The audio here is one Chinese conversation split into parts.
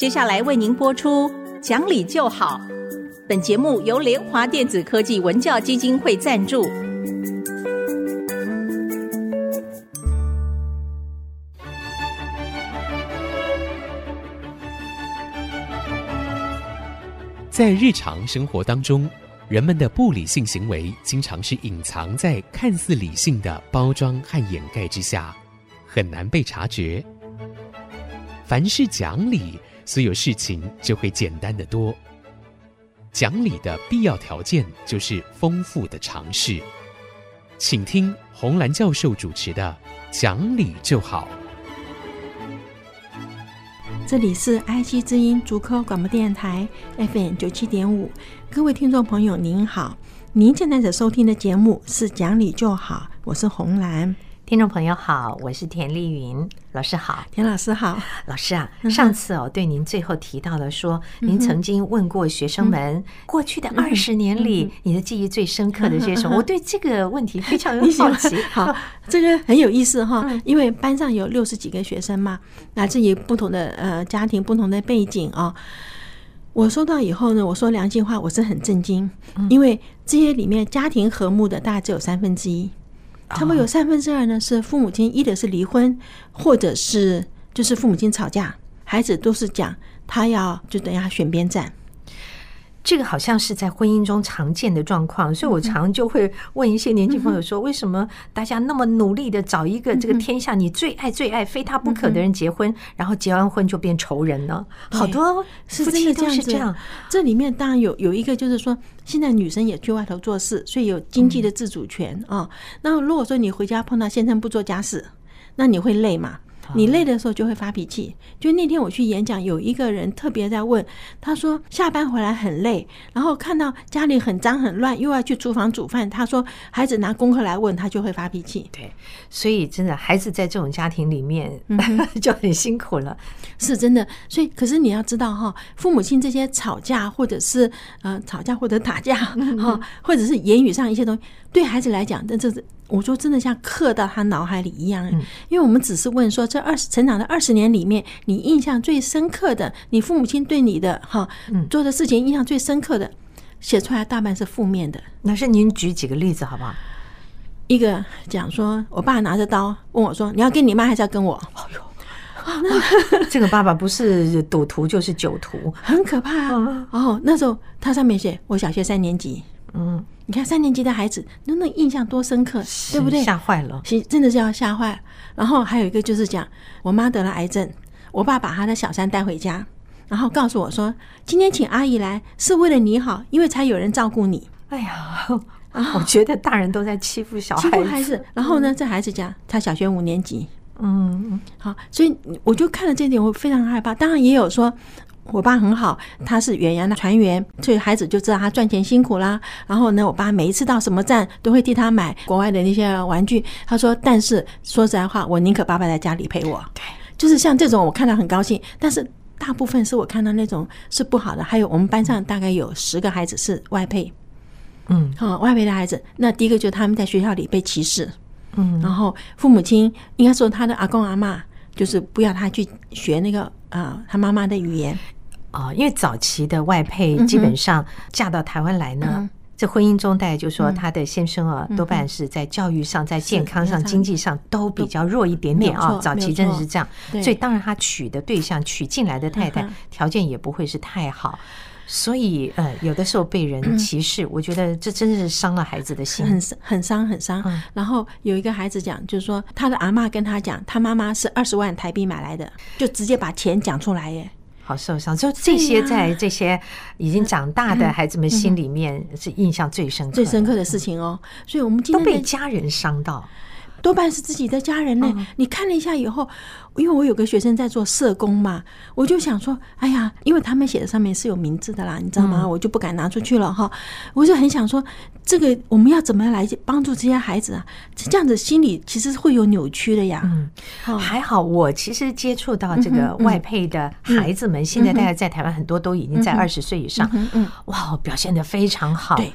接下来为您播出讲理就好。本节目由联华电子科技文教基金会赞助。 在日常生活当中，人们的不理性行为经常是隐藏在看似理性的包装和掩盖之下，很难被察觉。凡是讲理，所有事情就会简单得多。讲理的必要条件就是丰富的常识。请听洪兰教授主持的《讲理就好》。 这里是 IC 之音竹科广播电台 FM 97.5，各位听众朋友您好，您现在所收听的节目是讲理就好，我是洪兰。 听众朋友好，我是田丽云老师好。 田老师好。 老师啊，上次对您最后提到了说，您曾经问过学生们，过去的20年里，你的记忆最深刻的是什么？我对这个问题非常有好奇。 好，这个很有意思哈，因为班上有60几个学生嘛，来自于不同的家庭、不同的背景啊。我收到以后呢，我说良心话，我是很震惊，因为这些里面家庭和睦的大概只有1/3。差不多有2/3呢是父母亲一的是离婚，或者是就是父母亲吵架，孩子都是讲他要就等一下选边站。 这个好像是在婚姻中常见的状况，所以我常就会问一些年轻朋友说，为什么大家那么努力的找一个这个天下你最爱最爱非他不可的人结婚，然后结完婚就变仇人呢？好多夫妻都是这样。 这里面当然有一个就是说，现在女生也去外头做事，所以有经济的自主权啊。那如果说你回家碰到先生不做家事，那你会累嘛？你累的时候就会发脾气。就那天我去演讲，有一个人特别在问，他说下班回来很累，然后看到家里很脏很乱，又要去厨房煮饭，他说孩子拿功课来问他就会发脾气。 对，所以真的孩子在这种家庭里面就很辛苦了， 是真的。所以可是你要知道哈，父母亲这些吵架或者是吵架或者打架哈，或者是言语上一些东西，对孩子来讲，但这是我说真的像刻到他脑海里一样。因为我们只是问说，这成长的20年里面，你印象最深刻的，你父母亲对你的做的事情印象最深刻的，写出来大半是负面的。 那是您举几个例子好不好？ 一个讲说，我爸拿着刀问我说，你要跟你妈还是要跟我？ 这个爸爸不是赌徒就是酒徒， 很可怕啊。那时候他上面写我小学3年级。你看3年级的孩子那印象多深刻，对不对？ 吓坏了， 真的是要吓坏。然后还有一个就是讲，我妈得了癌症，我爸把她的小三带回家，然后告诉我说，今天请阿姨来是为了你好，因为才有人照顾你。 哎呀，我觉得大人都在欺负小孩子。 然后呢，这孩子讲他小学5年级。好，所以我就看了这点，我非常害怕。当然也有说我爸很好，他是远洋的船员，所以孩子就知道他赚钱辛苦啦。然后呢，我爸每一次到什么站都会替他买国外的那些玩具。他说，但是说实在话，我宁可爸爸在家里陪我。对，就是像这种我看到很高兴，但是大部分是我看到那种是不好的。还有我们班上大概有10个孩子是外配，外配的孩子，那第一个就是他们在学校里被歧视，然后父母亲应该说他的阿公阿嬷就是不要他去学那个他妈妈的语言。 因为早期的外配基本上嫁到台湾来呢，这婚姻中大概就说他的先生多半是在教育上、在健康上、经济上都比较弱一点点啊。早期真的是这样，所以当然他娶的对象、娶进来的太太条件也不会是太好。所以有的时候被人歧视，我觉得这真的是伤了孩子的心， 很伤。然后有一个孩子讲，就是说他的阿嬷跟他讲，他妈妈是20万台币买来的，就直接把钱讲出来耶。 好受伤，就这些在这些已经长大的孩子们心里面是印象最深刻的事情哦。所以我们今天都被家人伤到， 多半是自己的家人呢。你看了一下以后，因为我有个学生在做社工嘛，我就想说，哎呀，因为他们写的上面是有名字的啦，你知道吗？我就不敢拿出去了哈。我就很想说，这个我们要怎么来帮助这些孩子啊？这样子心里其实会有扭曲的呀。 还好我其实接触到这个外配的孩子们，现在大概在台湾很多都已经在20岁以上，哇，表现得非常好。 对。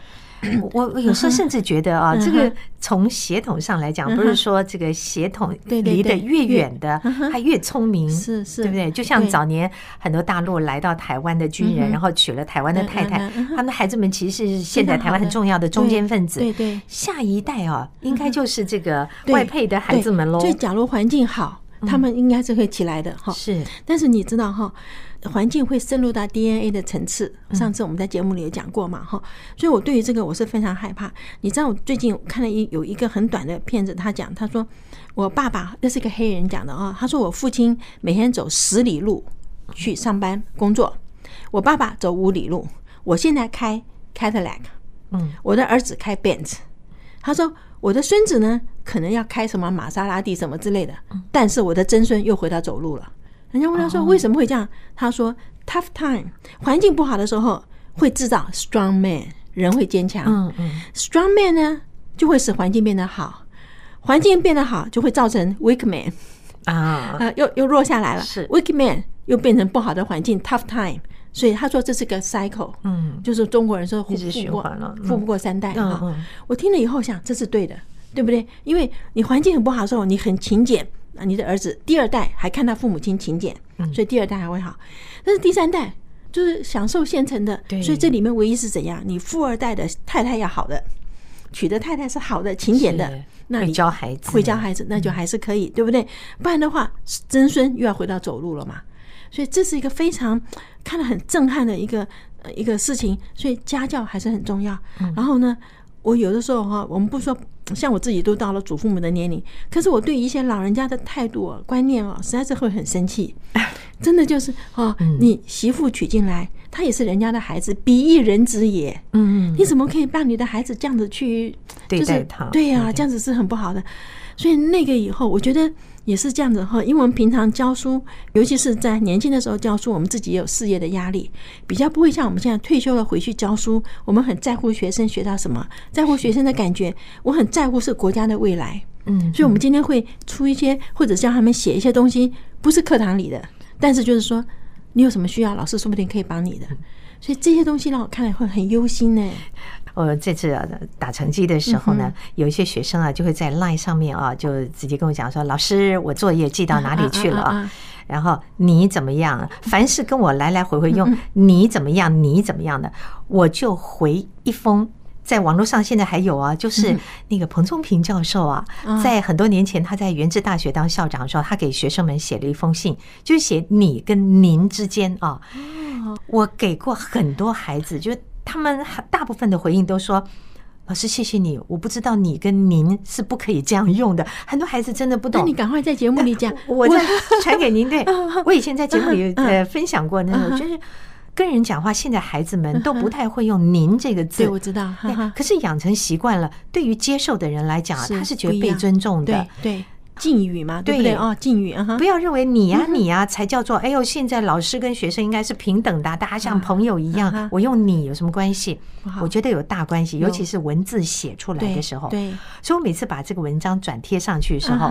我有时候甚至觉得啊，这个从血统上来讲，不是说这个血统离得越远的，他越聪明， 是， 对不对？就像早年很多大陆来到台湾的军人，然后娶了台湾的太太，他们的孩子们其实是现在台湾很重要的中间分子。 对， 下一代啊，应该就是这个外配的孩子们喽。 所以，假如环境好，他们应该是会起来的哈。 是， 但是你知道哈，环境会深入到 DNA 的层次。上次我们在节目里有讲过嘛哈，所以我对于这个我是非常害怕。你知道我最近看了有一个很短的片子，他说我爸爸，那是一个黑人讲的啊，他说我父亲每天走10里路去上班工作，我爸爸走5里路，我现在开 Cadillac， 我的儿子开 Benz， 他说我的孙子呢可能要开什么玛莎拉蒂什么之类的，但是我的曾孙又回到走路了。人家问他说为什么会这样，他说 tough time， 环境不好的时候会制造 strong man， 人会坚强。strong man 呢就会使环境变得好，环境变得好就会造成 weak man 又弱下来了。是 weak man 又变成不好的环境 tough time， 所以他说这是个 cycle， 就是中国人说一直循环了， 富不过3代。我听了以后想这是对的，对不对？因为你环境很不好的时候，你很勤俭，你的儿子第2代还看他父母亲勤俭，所以第2代还会好。但是第3代就是享受现成的，所以这里面唯一是怎样？你富2代的太太要好的，娶的太太是好的、勤俭的，那你会教孩子， 那就还是可以，对不对？不然的话，曾孙又要回到走路了嘛。所以这是一个非常看了很震撼的一个事情，所以家教还是很重要。然后呢，我有的时候哈，我们不说像我自己都到了祖父母的年龄，可是我对一些老人家的态度观念实在是会很生气。真的就是你媳妇娶进来，她也是人家的孩子，彼亦人之也。你怎么可以让你的孩子这样子去对待他？ 对呀，这样子是很不好的。所以那个以后，我觉得也是这样子哈，因为我们平常教书，尤其是在年轻的时候教书，我们自己也有事业的压力，比较不会像我们现在退休了回去教书，我们很在乎学生学到什么，在乎学生的感觉，我很在乎是国家的未来。所以我们今天会出一些，或者叫他们写一些东西，不是课堂里的，但是就是说你有什么需要，老师说不定可以帮你的。所以这些东西让我看来会很忧心呢。 我这次打成绩的时候呢，有一些学生就会在 LINE 上面就直接跟我讲说，老师我作业记到哪里去了然后你怎么样，凡是跟我来来回回用你怎么样的，我就回一封。在网络上现在还有就是那个彭聪平教授在很多年前他在原治大学当校长的时候，他给学生们写了一封信，就是写你跟您之间我给过很多孩子，就他们大部分的回应都说，老师谢谢你，我不知道你跟您是不可以这样用的，很多孩子真的不懂。 那你赶快在节目里讲， 我再传给您。对，我以前在节目里分享过那种，就是跟人讲话，现在孩子们都不太会用您这个字。 对，我知道。 可是养成习惯了，对于接受的人来讲他是觉得被尊重的。 对，敬语嘛，对不对？敬语不要认为你呀才叫做，哎呦，现在老师跟学生应该是平等的，大家像朋友一样，我用你有什么关系？我觉得有大关系，尤其是文字写出来的时候。 对， 所以我每次把这个文章转贴上去的时候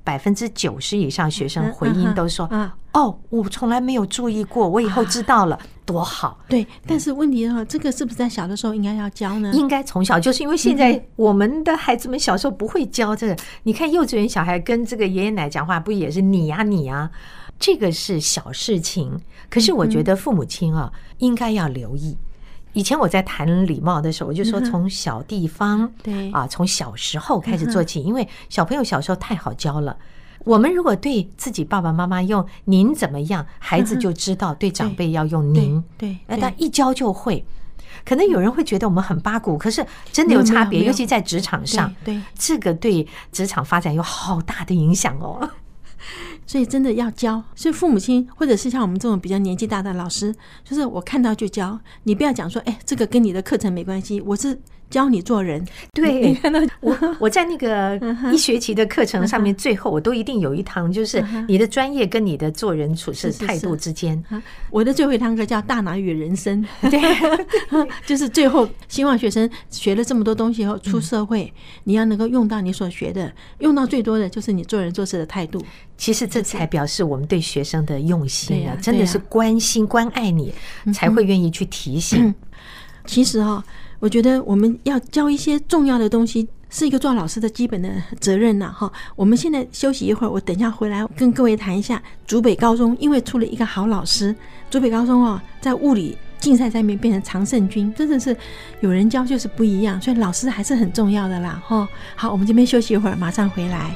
，90%以上学生回应都说，我从来没有注意过，我以后知道了，多好。 对，但是问题这个是不是在小的时候应该要教呢？ 应该从小，就是因为现在我们的孩子们小时候不会教这个。你看幼稚园小孩跟这个爷爷奶奶讲话，不也是你呀？这个是小事情，可是我觉得父母亲应该要留意。以前我在谈礼貌的时候，我就说从小地方，从小时候开始做起，因为小朋友小时候太好教了。我们如果对自己爸爸妈妈用您怎么样，孩子就知道对长辈要用您。 对， 那他一教就会。可能有人会觉得我们很八股，可是真的有差别，尤其在职场上， 对这个对职场发展有好大的影响所以真的要教，所以父母亲或者是像我们这种比较年纪大的老师，就是我看到就教，你不要讲说这个跟你的课程没关系，我是教你做人。 对，我在那个1学期的课程上面，最后我都一定有一堂，就是你的专业跟你的做人处事态度之间。 我的最后一堂课叫大脑与人生，对，就是最后希望学生学了这么多东西以后出社会，你要能够用到你所学的，用到最多的就是你做人做事的态度。 其实这才表示我们对学生的用心真的是关心关爱你，才会愿意去提醒。 其实我觉得我们要教一些重要的东西，是一个做老师的基本的责任呐。我们现在休息一会儿，我等一下回来跟各位谈一下竹北高中，因为出了一个好老师，竹北高中在物理竞赛上面变成常胜军，真的是有人教就是不一样，所以老师还是很重要的啦。好，我们这边休息一会儿，马上回来。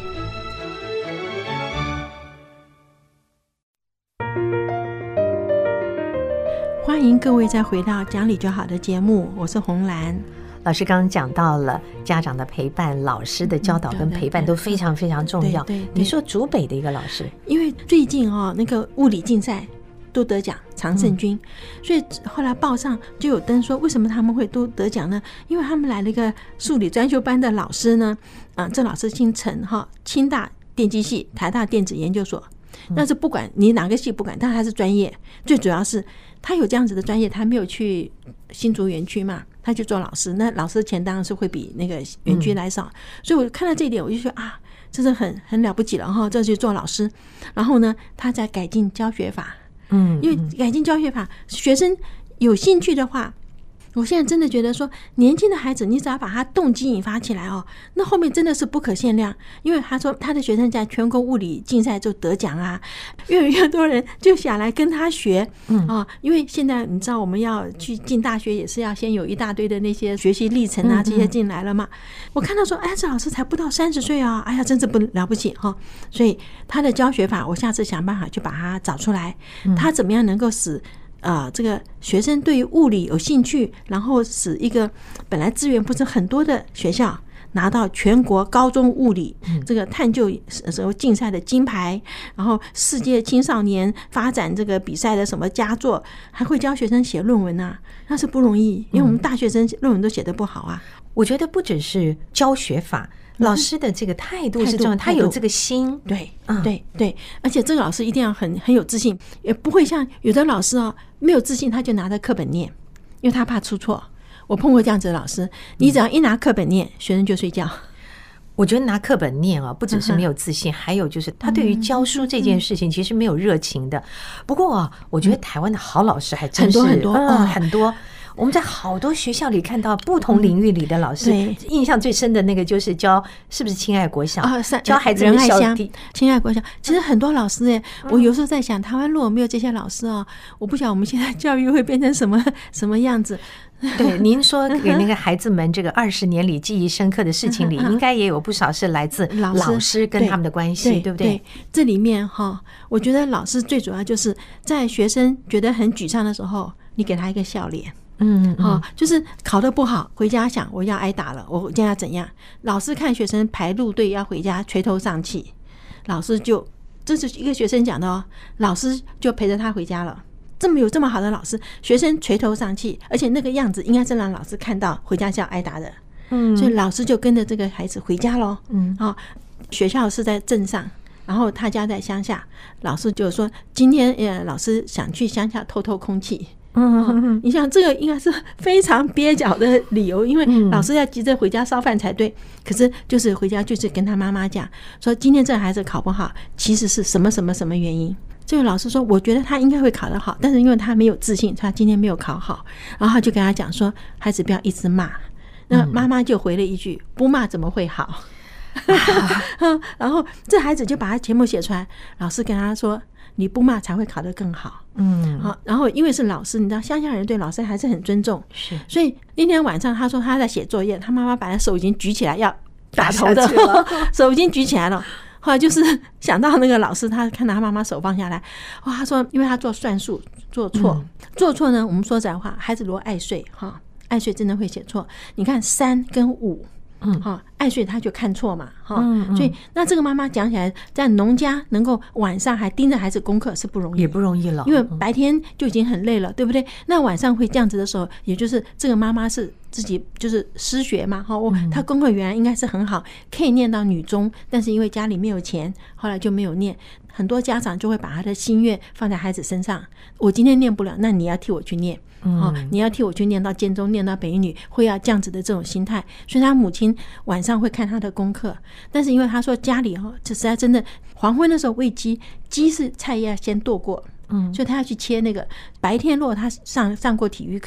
欢迎各位再回到讲理就好的节目，我是洪兰老师。刚刚讲到了家长的陪伴，老师的教导跟陪伴都非常非常重要。你说竹北的一个老师，因为最近那个物理竞赛都得奖，常胜军，所以后来报上就有登说，为什么他们会都得奖呢？因为他们来了一个数理专修班的老师呢，这老师姓陈清大电机系，台大电子研究所。但是不管你哪个系不管，但他是专业，最主要是他有这样子的专业，他没有去新竹园区嘛，他去做老师，那老师钱当然是会比那个园区来少，所以我看到这一点，我就说这是很了不起了这去做老师。然后呢，他在改进教学法，因为改进教学法，学生有兴趣的话，我现在真的觉得说，年轻的孩子，你只要把他动机引发起来那后面真的是不可限量。因为他说他的学生在全国物理竞赛就得奖啊，越来越多人就想来跟他学因为现在你知道我们要去进大学也是要先有一大堆的那些学习历程啊，这些进来了嘛。我看到说，这老师才不到30岁啊，哎呀，真是不了不起所以他的教学法，我下次想办法去把它找出来，他怎么样能够使这个学生对于物理有兴趣，然后使一个本来资源不是很多的学校拿到全国高中物理这个探究时候竞赛的金牌，然后世界青少年发展这个比赛的什么佳作，还会教学生写论文啊，那是不容易，因为我们大学生论文都写得不好啊。 我觉得不只是教学法，老师的这个态度是重要，他有这个心。 对对，而且这个老师一定要很有自信，也不会像有的老师没有自信他就拿着课本念，因为他怕出错。我碰过这样子的老师，你只要一拿课本念，学生就睡觉。 我觉得拿课本念不只是没有自信，还有就是他对于教书这件事情其实没有热情的。不过我觉得台湾的好老师还真是很多。我们在好多学校里看到不同领域里的老师，印象最深的那个就是教，是不是亲爱国小教孩子们小弟亲爱国小。其实很多老师我有时候在想，台湾如果没有这些老师我不晓得我们现在教育会变成什么样子。 对，您说给那个孩子们这个20年里记忆深刻的事情里，应该也有不少是来自老师跟他们的关系，对不对？ 这里面我觉得老师最主要就是在学生觉得很沮丧的时候，你给他一个笑脸。就是考得不好，回家想我要挨打了，我今天要怎样？老师看学生排路队要回家，垂头丧气，老师就这是一个学生讲的老师就陪着他回家了。有这么好的老师，学生垂头丧气，而且那个样子应该是让老师看到回家是要挨打的。所以老师就跟着这个孩子回家咯。学校是在镇上，然后他家在乡下，老师就说今天老师想去乡下透透空气。你想这个应该是非常蹩脚的理由，因为老师要急着回家烧饭才对。可是就是回家就是跟他妈妈讲说，今天这个孩子考不好，其实是什么什么什么原因。这个老师说，我觉得他应该会考得好，但是因为他没有自信，他今天没有考好。然后他就跟他讲说，孩子不要一直骂。那妈妈就回了一句，不骂怎么会好？然后这孩子就把他题目写出来，老师跟他说，你不骂才会考得更好。好，然后因为是老师，你知道乡下人对老师还是很尊重，所以那天晚上他说他在写作业，他妈妈把他手已经举起来要打头的，手已经举起来了。后来就是想到那个老师，他看到他妈妈手放下来，他说因为他做算术做错呢，我们说实在话，孩子如果爱睡爱睡真的会写错。你看3跟5。爱睡他就看错嘛，所以那这个妈妈讲起来，在农家能够晚上还盯着孩子功课是不容易， 也不容易了， 因为白天就已经很累了，对不对？那晚上会这样子的时候，也就是这个妈妈是自己就是失学嘛，她功课原来应该是很好，可以念到女中，但是因为家里没有钱，后来就没有念。很多家长就会把他的心愿放在孩子身上，我今天念不了，那你要替我去念。你要替我去念到建中，念到北一女，会要这样子的这种心态。所以他母亲晚上会看他的功课，但是因为他说家里这实在真的黄昏的时候喂鸡是菜叶先剁过，所以他要去切那个。白天如果他上过体育课，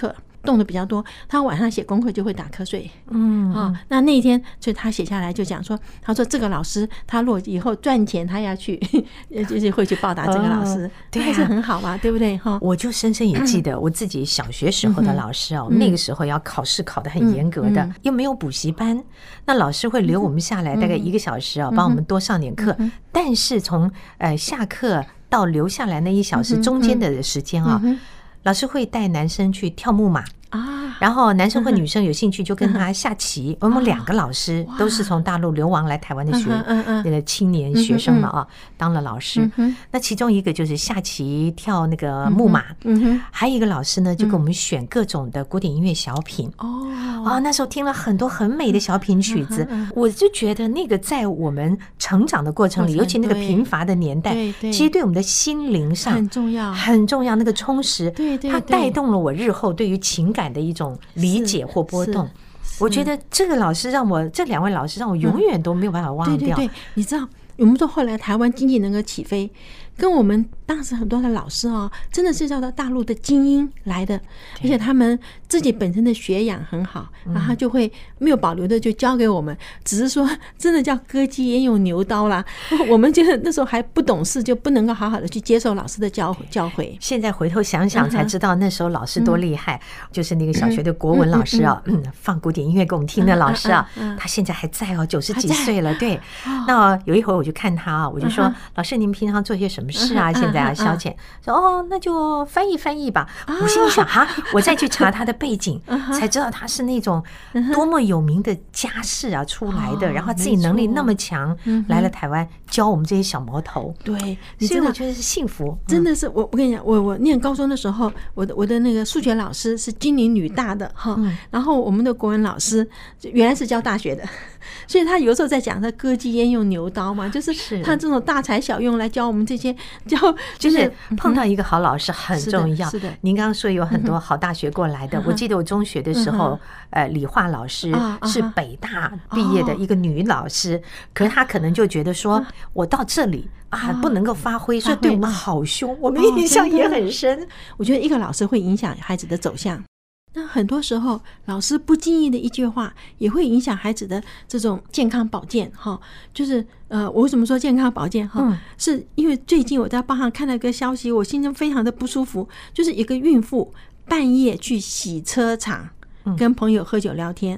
动的比较多，他晚上写功课就会打瞌睡。那一天就他写下来就讲说，他说这个老师他如果以后赚钱，他要去就是会去报答这个老师，对，还是很好嘛，对不对？ 我就深深也记得我自己小学时候的老师哦，那个时候要考试考得很严格的，又没有补习班，那老师会留我们下来大概1个小时啊，帮我们多上点课。但是从下课到留下来那1小时中间的时间啊，老师会带男生去跳木马。然后男生或女生有兴趣就跟他下棋。我们2个老师都是从大陆流亡来台湾的那个青年学生了啊，当了老师。那其中一个就是下棋、跳那个木马，还有一个老师呢就给我们选各种的古典音乐小品。那时候听了很多很美的小品曲子，我就觉得那个在我们成长的过程里，尤其那个贫乏的年代，其实对我们的心灵上很重要， 很重要。那个充实，它带动了我日后对于情感的一种理解或波动。我觉得这个老师让我，这2位老师让我永远都没有办法忘掉。 对，你知道，我们说后来台湾经济能够起飞，跟我们当时很多的老师真的是叫到大陆的精英来的，而且他们自己本身的学养很好，然后就会没有保留的就教给我们，只是说真的叫割鸡焉用牛刀啦，我们就是那时候还不懂事，就不能够好好的去接受老师的教诲。 现在回头想想才知道那时候老师多厉害，就是那个小学的国文老师啊，放古典音乐给我们听的老师啊，他现在还在90几岁了。对，那有一回我就看他啊，我就说老师您平常做些什么事啊？现在消遣，说那就翻译吧。我心里想我再去查他的背景，才知道他是那种多么有名的家世啊出来的，然后自己能力那么强，来了台湾教我们这些小毛头。 对， 所以我觉得是幸福， 真的是。我跟你讲，我念高中的时候，我的那个数学老师是金陵女大的然后我们的国文老师原来是教大学的，所以他有时候在讲他割鸡焉用牛刀嘛，就是他这种大材小用来教我们这些就是碰到一个好老师很重要。 是的， 您刚刚说有很多好大学过来的，我记得我中学的时候，理化老师是北大毕业的一个女老师，可是她可能就觉得说，我到这里不能够发挥，所以对我们好凶，我们印象也很深。 我觉得一个老师会影响孩子的走向。那很多时候老师不经意的一句话也会影响孩子的这种健康保健就是我为什么说健康保健是因为最近我在报上看到一个消息，我心中非常的不舒服，就是一个孕妇半夜去洗车场跟朋友喝酒聊天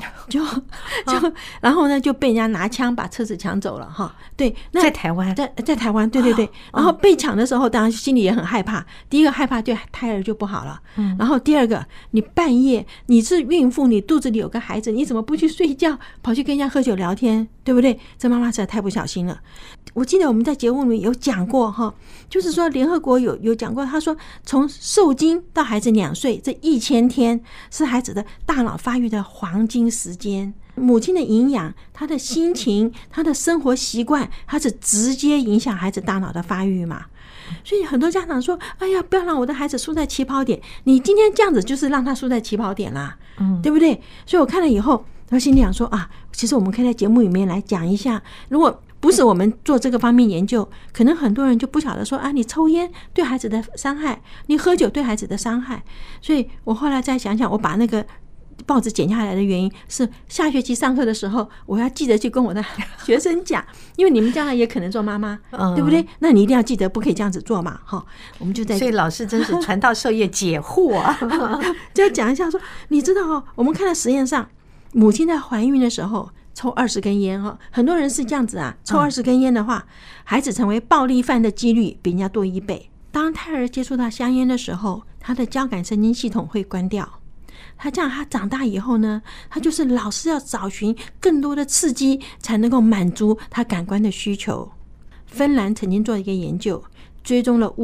然后呢就被人家拿枪把车子抢走了对，那在台湾， 在台湾，对，然后被抢的时候当然心里也很害怕，第一个害怕对胎儿就不好了，然后第二个你半夜你是孕妇，你肚子里有个孩子，你怎么不去睡觉跑去跟人家喝酒聊天，对不对？这妈妈实在太不小心了。我记得我们在节目里面有讲过就是说联合国有讲过，他说从受精到孩子2岁这1000天是孩子的大脑发育的黄金时间，母亲的营养，她的心情，她的生活习惯，它是直接影响孩子大脑的发育嘛。所以很多家长说，哎呀，不要让我的孩子输在起跑点，你今天这样子就是让他输在起跑点啦，对不对？所以我看了以后，我心里想说其实我们可以在节目里面来讲一下，如果不是我们做这个方面研究，可能很多人就不晓得说你抽烟对孩子的伤害，你喝酒对孩子的伤害。所以我后来再想想，我把那个报纸剪下来的原因是下学期上课的时候我要记得去跟我的学生讲，因为你们将来也可能做妈妈，对不对？那你一定要记得不可以这样子做嘛我们就在， 所以老师真是传道授业解惑就要讲一下说，你知道我们看到实验上母亲在怀孕的时候抽20根烟很多人是这样子抽20根烟的话，孩子成为暴力犯的几率比人家多1倍。当胎儿接触到香烟的时候，他的交感神经系统会关掉，他这样他长大以后呢，他就是老是要找寻更多的刺激才能够满足他感官的需求。芬兰曾经做一个研究，追踪了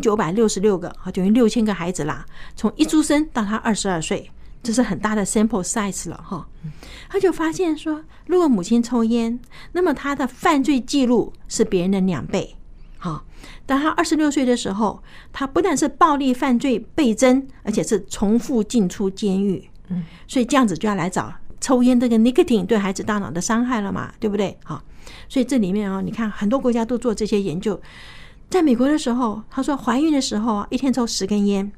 5966个等于6000个孩子啦，从一出生到他22岁，这是很大的 sample size 了他就发现说，如果母亲抽烟，那么他的犯罪记录是别人的2倍当他26岁的时候，他不但是暴力犯罪倍增，而且是重复进出监狱所以这样子就要来找抽烟这个 nicotine 对孩子大脑的伤害了嘛，对不对所以这里面你看很多国家都做这些研究。在美国的时候，他说怀孕的时候一天抽10根烟，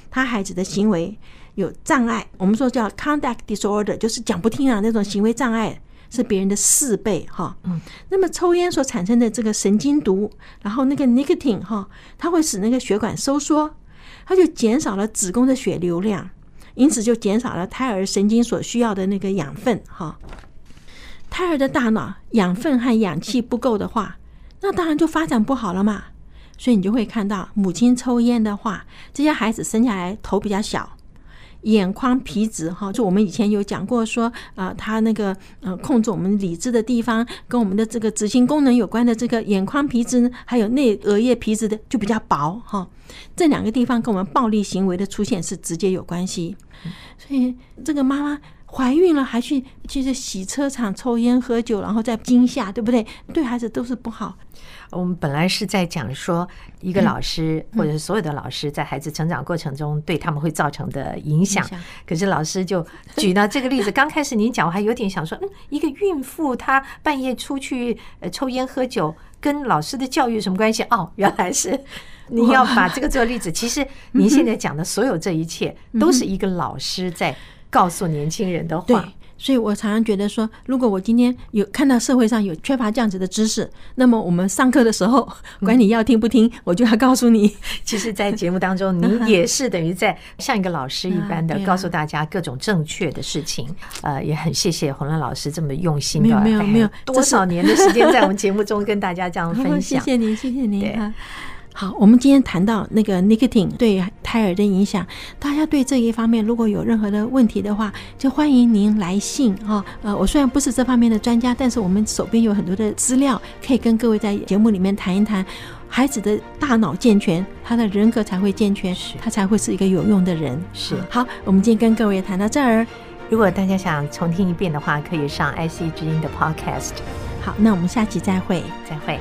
他孩子的行为有障碍，我们说叫 conduct disorder， 就是讲不听啊那种行为障碍，是别人的4倍哈。那么抽烟所产生的这个神经毒，然后那个 nicotine 哈，它会使那个血管收缩，它就减少了子宫的血流量，因此就减少了胎儿神经所需要的那个养分哈。胎儿的大脑养分和氧气不够的话，那当然就发展不好了嘛。所以你就会看到母亲抽烟的话，这些孩子生下来头比较小，眼眶皮质哈，就我们以前有讲过说他那个控制我们理智的地方跟我们的这个执行功能有关的这个眼眶皮质还有内额叶皮质的就比较薄哈，这2个地方跟我们暴力行为的出现是直接有关系。所以这个妈妈怀孕了还去洗车场抽烟喝酒，然后再惊吓，对不对？对孩子都是不好。 我们本来是在讲说一个老师或者是所有的老师在孩子成长过程中对他们会造成的影响，可是老师就举了这个例子。刚开始您讲我还有点想说一个孕妇她半夜出去抽烟喝酒跟老师的教育有什么关系？原来是你要把这个做例子。其实您现在讲的所有这一切都是一个老师在告诉年轻人的话。 对，所以我常常觉得说，如果我今天有看到社会上有缺乏这样子的知识，那么我们上课的时候管你要听不听，我就要告诉你。 其实在节目当中你也是等于在像一个老师一般的告诉大家各种正确的事情。也很谢谢洪兰老师这么用心的， 没有多少年的时间在我们节目中跟大家这样分享。 谢谢您。好，我们今天谈到那个 nicotine 对胎儿的影响，大家对这一方面如果有任何的问题的话，就欢迎您来信我虽然不是这方面的专家，但是我们手边有很多的资料可以跟各位在节目里面谈一谈。孩子的大脑健全，他的人格才会健全，他才会是一个有用的人。 是。 好，我们今天跟各位谈到这儿。 如果大家想重听一遍的话，可以上 IC 之音的 Podcast。 好，那我们下期再会。 再会。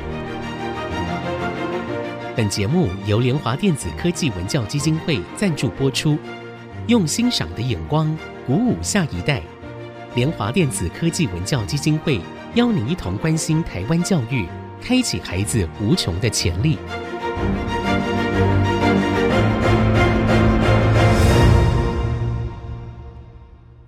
本节目由联华电子科技文教基金会赞助播出，用欣赏的眼光鼓舞下一代。联华电子科技文教基金会邀您一同关心台湾教育，开启孩子无穷的潜力。